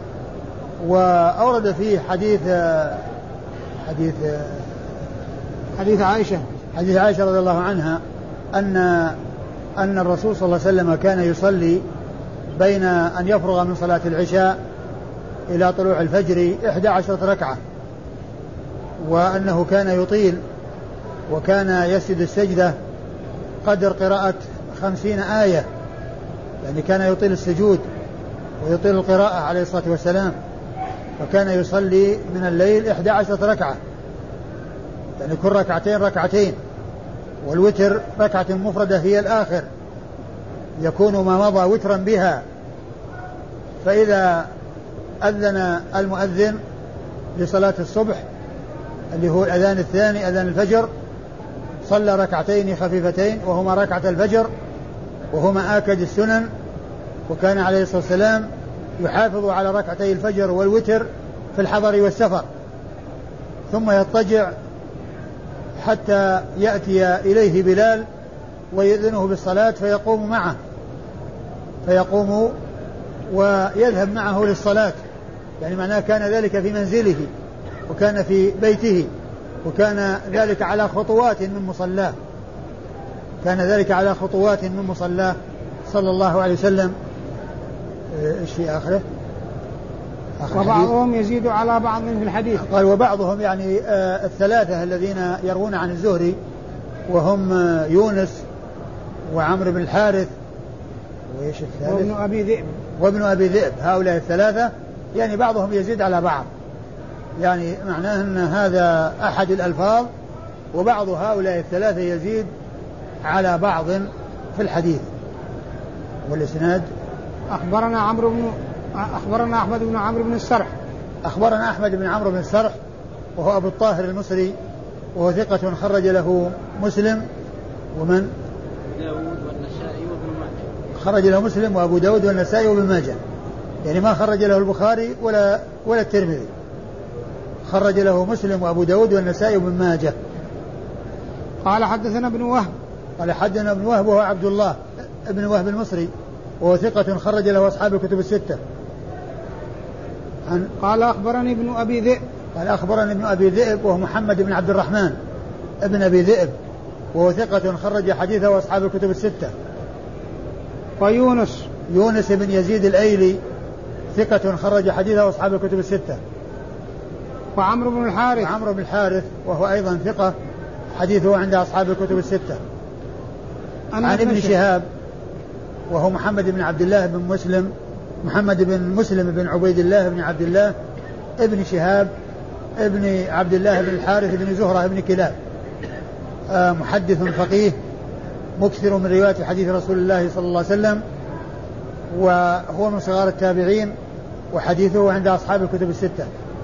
وأورد فيه حديث حديث حديث عائشة حديث عائشة رضي الله عنها أن أن الرسول صلى الله عليه وسلم كان يصلي بين أن يفرغ من صلاة العشاء إلى طلوع الفجر إحدى عشرة ركعة، وأنه كان يطيل وكان يسجد السجدة قدر قراءة خمسين آية، يعني كان يطيل السجود ويطيل القراءة عليه الصلاة والسلام، فكان يصلي من الليل إحدى عشرة ركعة، يعني كل ركعتين ركعتين، والوتر ركعة مفردة هي الآخر يكون ما مضى وترا بها. فإذا أذن المؤذن لصلاة الصبح اللي هو الأذان الثاني أذان الفجر صلى ركعتين خفيفتين وهما ركعة الفجر وهما آكد السنن، وكان عليه الصلاة والسلام يحافظ على ركعتي الفجر والوتر في الحضر والسفر، ثم يضطجع حتى يأتي إليه بلال ويؤذنه بالصلاة فيقوم معه فيقوم ويذهب معه للصلاة، يعني معناه كان ذلك في منزله وكان في بيته، وكان ذلك على خطوات من مصلاه كان ذلك على خطوات من مصلاه صلى الله عليه وسلم. ايش في آخره؟ آخر وبعضهم يزيد على بعض في الحديث. قال وبعضهم يعني آه الثلاثة الذين يروون عن الزهري وهم آه يونس وعمرو بن الحارث وإيش الثالث؟ وابن أبي ذئب وابن أبي ذئب. هؤلاء الثلاثة يعني بعضهم يزيد على بعض، يعني معناه أن هذا أحد الألفاظ، وبعض هؤلاء الثلاثة يزيد على بعض في الحديث. والإسناد أخبرنا عمرو بن أخبرنا أحمد بن عمرو بن السرح أخبرنا أحمد بن عمرو بن السرح وهو أبو الطاهر المصري، وهو ثقة خرج له مسلم ومن داود والنسائي وابن ماجه. خرج له مسلم وأبو داود والنسائي وابن ماجه، يعني ما خرج له البخاري ولا ولا الترمذي، خرج له مسلم وأبو داود والنسائي وابن ماجه. قال حدثنا ابن وهب قال حدثنا ابن وهب وهو عبد الله ابن وهب المصري، وهو ثقة خرج له أصحاب الكتب الستة. عن قال أخبرني ابن أبي ذئب قال أخبرني ابن أبي ذئب وهو محمد بن عبد الرحمن ابن أبي ذئب، وهو ثقة خرج حديثه أصحاب الكتب الستة. ويونس يونس بن يزيد الأيلي ثقة خرج حديثه أصحاب الكتب الستة. وعمرو بن الحارث وعمرو بن الحارث وهو أيضا ثقة حديثه عند أصحاب الكتب الستة. عن ابن شهاب وهو محمد بن عبد الله بن مسلم محمد بن مسلم بن عبيد الله بن عبد الله ابن شهاب ابن عبد الله بن الحارث بن زهرة بن كلاب، آه محدث فقيه مكثر من رواية حديث رسول الله صلى الله عليه وسلم، وهو من صغار التابعين، وحديثه عند أصحاب الكتب الستة.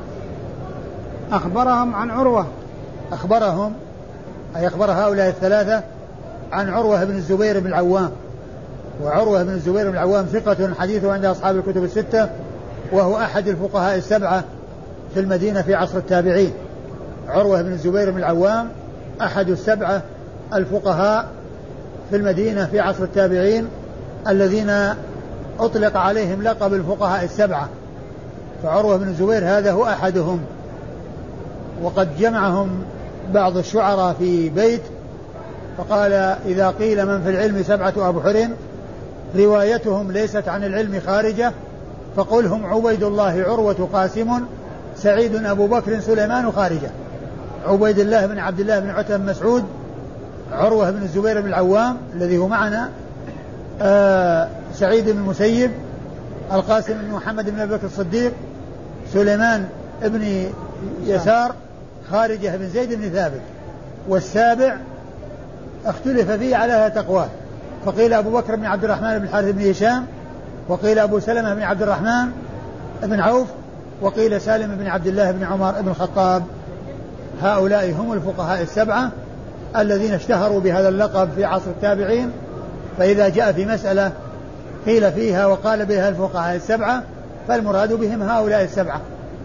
أخبرهم عن عروة أخبرهم أي أخبر هؤلاء الثلاثة عن عروة بن الزبير بن العوام، وعروة بن الزبير بن العوام ثقة حديثه عند أصحاب الكتب الستة، وهو أحد الفقهاء السبعة في المدينة في عصر التابعين. عروة بن الزبير بن العوام أحد السبعة الفقهاء في المدينة في عصر التابعين الذين أطلق عليهم لقب الفقهاء السبعة، فعروة بن الزبير هذا هو أحدهم. وقد جمعهم بعض الشعراء في بيت فقال: إذا قيل من في العلم سبعة أبحر روايتهم ليست عن العلم خارجة، فقلهم عبيد الله عروة قاسم سعيد أبو بكر سليمان خارجة. عبيد الله بن عبد الله بن عتبة بن مسعود، عروة بن الزبير بن العوام الذي هو معنا، آه سعيد بن المسيب، القاسم بن محمد بن أبي بكر الصديق، سليمان بن يسار، خارجة بن زيد بن ثابت. والسابع اختلف فيه على تقواه، فقيل أبو بكر بن عبد الرحمن بن الحارث بن هشام، وقيل أبو سلمة بن عبد الرحمن بن عوف، وقيل سالم بن عبد الله بن عمر بن الخطاب. هؤلاء هم الفقهاء السبعة الذين اشتهروا بهذا اللقب في عصر التابعين، فإذا جاء في مسألة قيل فيها وقال بها الفقهاء السبعة فالمراد بهم هؤلاء السبعة.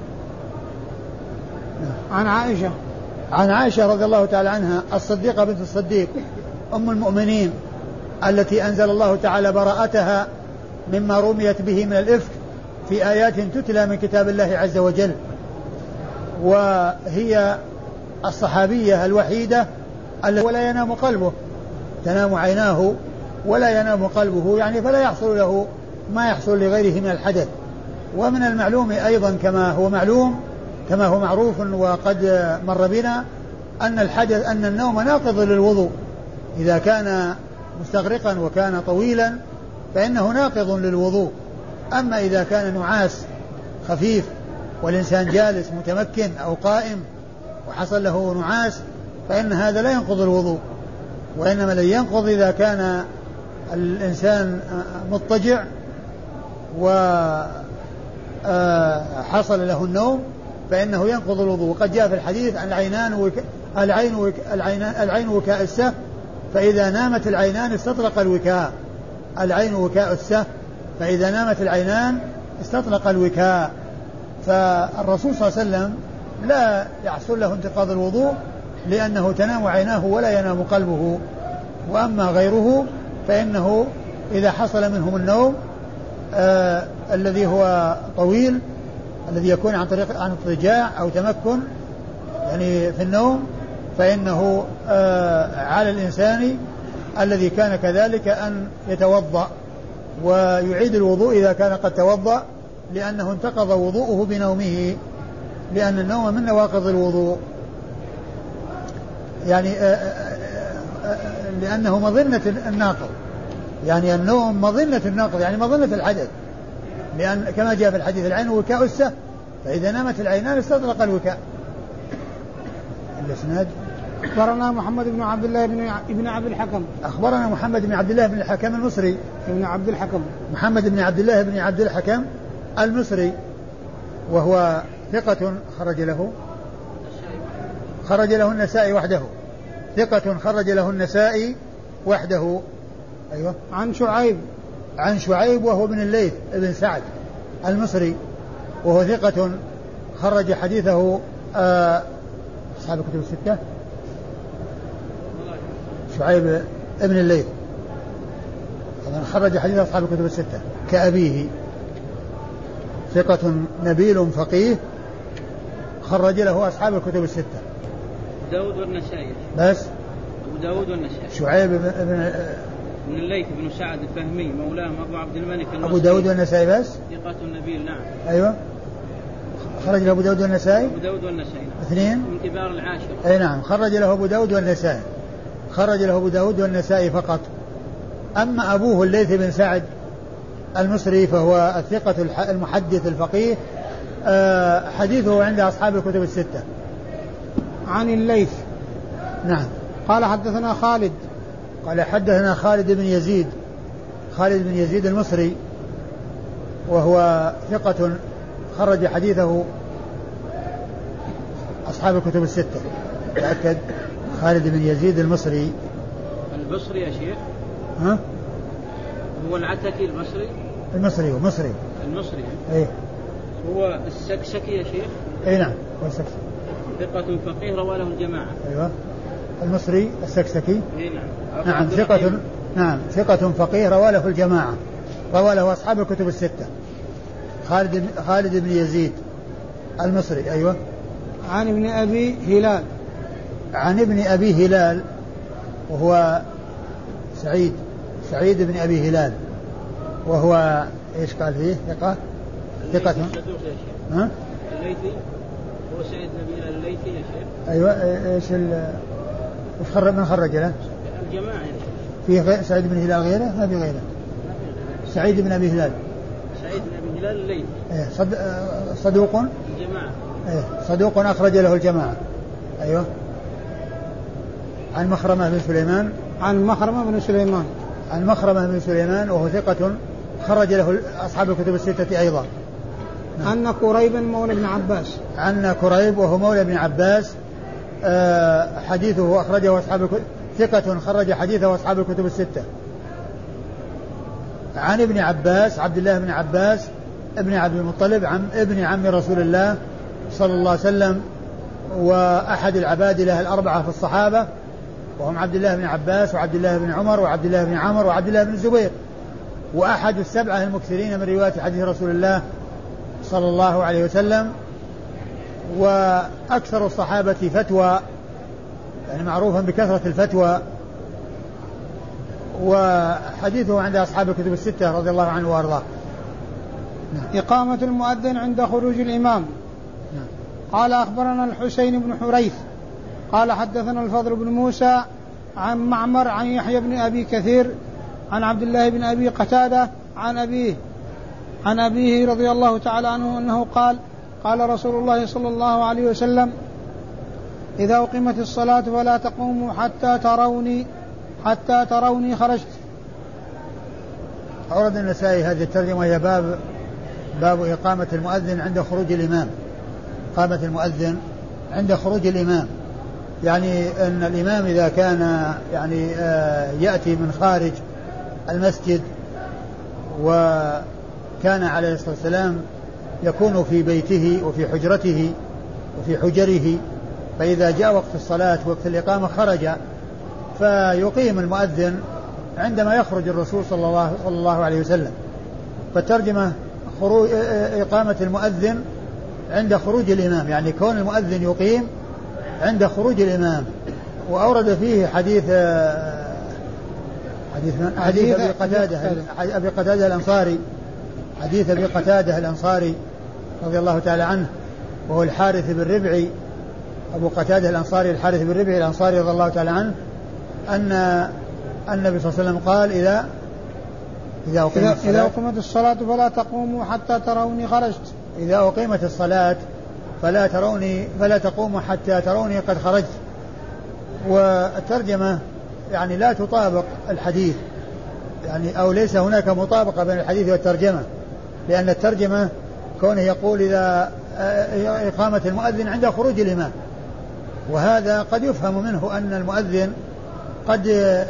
عن عائشة عن عائشة رضي الله تعالى عنها الصديقة بنت الصديق أم المؤمنين التي أنزل الله تعالى براءتها مما رميت به من الإفك في آيات تتلى من كتاب الله عز وجل، وهي الصحابية الوحيدة التي ولا ينام قلبه، تنام عيناه ولا ينام قلبه، يعني فلا يحصل له ما يحصل لغيره من الحدث. ومن المعلوم أيضا كما هو معلوم كما هو معروف وقد مر بنا أن الحدث أن النوم ناقض للوضوء، إذا كان مستغرقا وكان طويلا فإنه ناقض للوضوء. أما إذا كان نعاس خفيف والإنسان جالس متمكن أو قائم وحصل له نعاس فإن هذا لا ينقض الوضوء، وإنما الذي ينقض إذا كان الإنسان مضطجع وحصل له النوم فإنه ينقض الوضوء. وقد جاء في الحديث عن العينان وك... العين, وك... العينان... العين وكاء السه، فإذا نامت العينان استطلق الوكاء. العين وكاء السه، فإذا نامت العينان استطلق الوكاء. فالرسول صلى الله عليه وسلم لا يحصل له انتقاض الوضوء لأنه تنام عيناه ولا ينام قلبه، وأما غيره فإنه إذا حصل منهم النوم آه الذي هو طويل، الذي يكون عن طريق عن اضطجاع أو تمكن يعني في النوم، فإنه آه على الإنسان الذي كان كذلك أن يتوضأ ويعيد الوضوء إذا كان قد توضأ، لأنه انتقض وضوءه بنومه، لأن النوم من نواقض الوضوء، يعني آآ آآ لأنه مظنة الناقض، يعني النوم مظنة الناقض، يعني مظنة الحدث، لأن كما جاء في الحديث العين وكاء السه، فإذا نامت العينان استطرق الوكاء. الإسناد أخبرنا محمد بن عبد الله بن ابن عبد الحكم أخبرنا محمد بن عبد الله بن الحكم المصري ابن عبد الحكم محمد بن عبد الله بن عبد الحكم المصري، وهو ثقة خرج له خرج له النسائي وحده ثقة خرج له النسائي وحده. أيوة. عن شعيب عن شعيب وهو بن الليث بن سعد المصري، وهو ثقة خرج حديثه آه أصحاب الكتب الستة. شعيب ابن الليث خرج حديث أصحاب الكتب الستة كأبيه، ثقة نبيل فقيه خرج له أصحاب الكتب الستة. داود والنسائي بس أبو داود والنسائي. شعيب بن بن الليث بن سعد الفهمي مولاهم أبو عبد الملك أبو داود والنسائي بس. ثقة النبيل نعم. أيوة. خرج له أبو داود والنسائي. أبو داود والنسائي اثنين من كبار العاشر. أي نعم. خرج له أبو داود والنسائي خرج له أبو داود والنسائي فقط. أما أبوه الليث بن سعد المصري فهو الثقة المحدث الفقيه، حديثه عند أصحاب الكتب الستة. عن الليث نعم. قال حدثنا خالد قال حدثنا خالد بن يزيد خالد بن يزيد المصري، وهو ثقة خرج حديثه أصحاب الكتب الستة. تأكد. خالد بن يزيد المصري البصري يا شيخ. ها؟ هو العتكي المصري. المصري هو مصري المصري ايه. هو السكسكي يا شيخ. اي نعم هو السكسكي. ثقة فقيه رواه له الجماعة. ايوه المصري السكسكي. اي نعم. نعم ثقة نعم ثقة فقيه رواه له الجماعة، رواه له أصحاب الكتب الستة. خالد خالد بن يزيد المصري. ايوه. عن ابن أبي هلال عن ابن أبي هلال وهو سعيد سعيد بن أبي هلال، وهو ايش قال فيه؟ ثقة ثقة ها؟ الليثي هو سعيد بن هلال الليثي يا شيخ. ايوه. ايش ال ايش خرج من خرج له؟ الجماعة. في غير سعيد بن هلال غيره؟ ما في غيره. سعيد بن أبي هلال. سعيد بن أبي هلال الليثي. ايه صد... صدوق. الجماعة. ايه صدوق أخرج له الجماعة. ايوه. عن مخرمة بن سليمان عن مخرمة بن سليمان عن مخرمة بن سليمان وهو ثقة خرج له أصحاب الكتب الستة أيضا. نعم. أن كريبا مولى ابن عباس عن كريب وهو مولى ابن عباس، آه حديثه أخرجه أصحاب الكتب، ثقة خرج حديثه أصحاب الكتب الستة. عن ابن عباس عبد الله بن عباس ابن عبد المطلب عم ابن عم رسول الله صلى الله عليه وسلم، وأحد العبادلة الأربعة في الصحابة، وهم عبد الله بن عباس وعبد الله بن عمر وعبد الله بن عمر وعبد الله بن الزبير، وأحد السبعة المكثرين من رواية حديث رسول الله صلى الله عليه وسلم، وأكثر الصحابة فتوى، يعني معروفا بكثرة الفتوى، وحديثه عند أصحاب الكتب الستة رضي الله عنه وأرضاه. نعم. إقامة المؤذن عند خروج الإمام. نعم. قال أخبرنا الحسين بن حريث قال حدثنا الفضل بن موسى عن معمر عن يحيى بن أبي كثير عن عبد الله بن أبي قتادة عن أبيه عن أبيه رضي الله تعالى عنه أنه قال قال رسول الله صلى الله عليه وسلم: إذا أقيمت الصلاة فلا تقوموا حتى تروني حتى تروني خرجت. أورد النسائي هذه الترجمة وهي باب باب إقامة المؤذن عند خروج الإمام. إقامة المؤذن عند خروج الإمام، يعني أن الإمام إذا كان يعني يأتي من خارج المسجد وكان عليه الصلاة والسلام يكون في بيته وفي حجرته وفي حجره، فإذا جاء وقت الصلاة وقت الإقامة خرج، فيقيم المؤذن عندما يخرج الرسول صلى الله, صلى الله عليه وسلم. فالترجمة خروج إقامة المؤذن عند خروج الإمام، يعني كون المؤذن يقيم عند خروج الإمام. وأورد فيه حديث حديث من؟ حديث أبي قتادة أبي قتادة الأنصاري حديث أبي قتادة الأنصاري رضي الله تعالى عنه، وهو الحارث بن ربعي، أبو قتادة الأنصاري الحارث بن ربعي الأنصاري رضي الله تعالى عنه، أن النبي صلى الله عليه وسلم قال إذا إذا أقيمت الصلاة, إذا أقيمت الصلاة فلا تقوموا حتى تروني خرجت. إذا أقيمت الصلاة فلا تروني فلا تقوموا حتى تروني قد خرجت. والترجمة يعني لا تطابق الحديث، يعني أو ليس هناك مطابقة بين الحديث والترجمة، لأن الترجمة كونه يقول إذا إقامة المؤذن عند خروج الإمام، وهذا قد يفهم منه أن المؤذن قد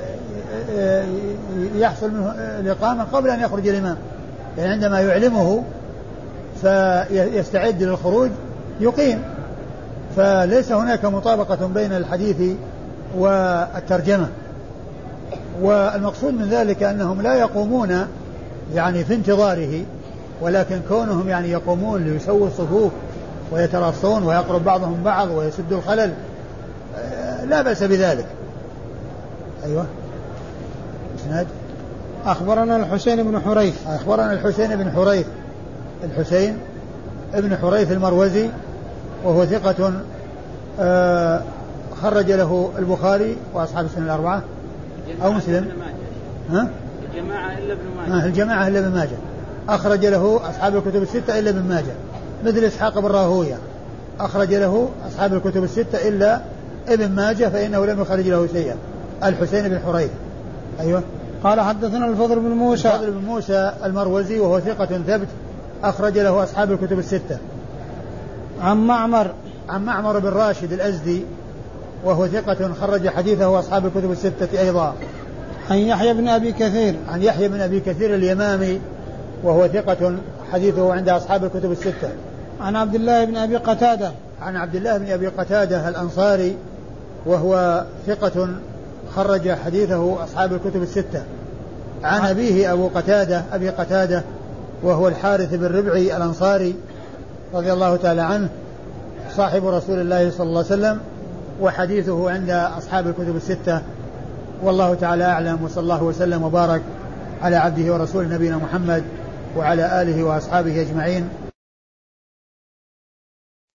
يحصل منه الإقامة قبل أن يخرج الإمام، يعني عندما يعلمه فيستعد للخروج يقيم. فليس هناك مطابقة بين الحديث والترجمة. والمقصود من ذلك أنهم لا يقومون يعني في انتظاره، ولكن كونهم يعني يقومون ليسووا الصفوف ويتراصون ويقرب بعضهم بعض ويسدوا الخلل لا بأس بذلك. أيوة. اسناد. أخبرنا الحسين بن حريث أخبرنا الحسين بن حريث الحسين ابن حريث المروزي، وهو ثقة آه خرج له البخاري وأصحاب السنة الأربعة أو مسلم. ها؟ الجماعة إلا ابن ماجه. آه الجماعة إلا ابن ماجه أخرج له أصحاب الكتب الستة إلا ابن ماجه، مثل إسحاق بن راهويه أخرج له أصحاب الكتب الستة إلا ابن ماجه فإنه لم يخرج له شيئا. الحسين بن حريث. أيوة. قال حدثنا الفضل بن موسى الفضل بن موسى المروزي، وهو ثقة ثبت أخرج له أصحاب الكتب الستة. عن معمر عن معمر بن راشد الأزدي، وهو ثقة خرج حديثه أصحاب الكتب الستة أيضا. عن يحيى بن أبي كثير عن يحيى بن أبي كثير اليمامي، وهو ثقة حديثه عند أصحاب الكتب الستة. عن عبد الله بن أبي قتادة عن عبد الله بن أبي قتادة الأنصاري، وهو ثقة خرج حديثه أصحاب الكتب الستة. عن أبيه أبو قتادة أبي قتادة، وهو الحارث بن ربعي الأنصاري رضي الله تعالى عنه، صاحب رسول الله صلى الله عليه وسلم، وحديثه عند أصحاب الكتب الستة. والله تعالى أعلم، وصلى الله وسلم وبارك على عبده ورسوله نبينا محمد وعلى آله وأصحابه أجمعين.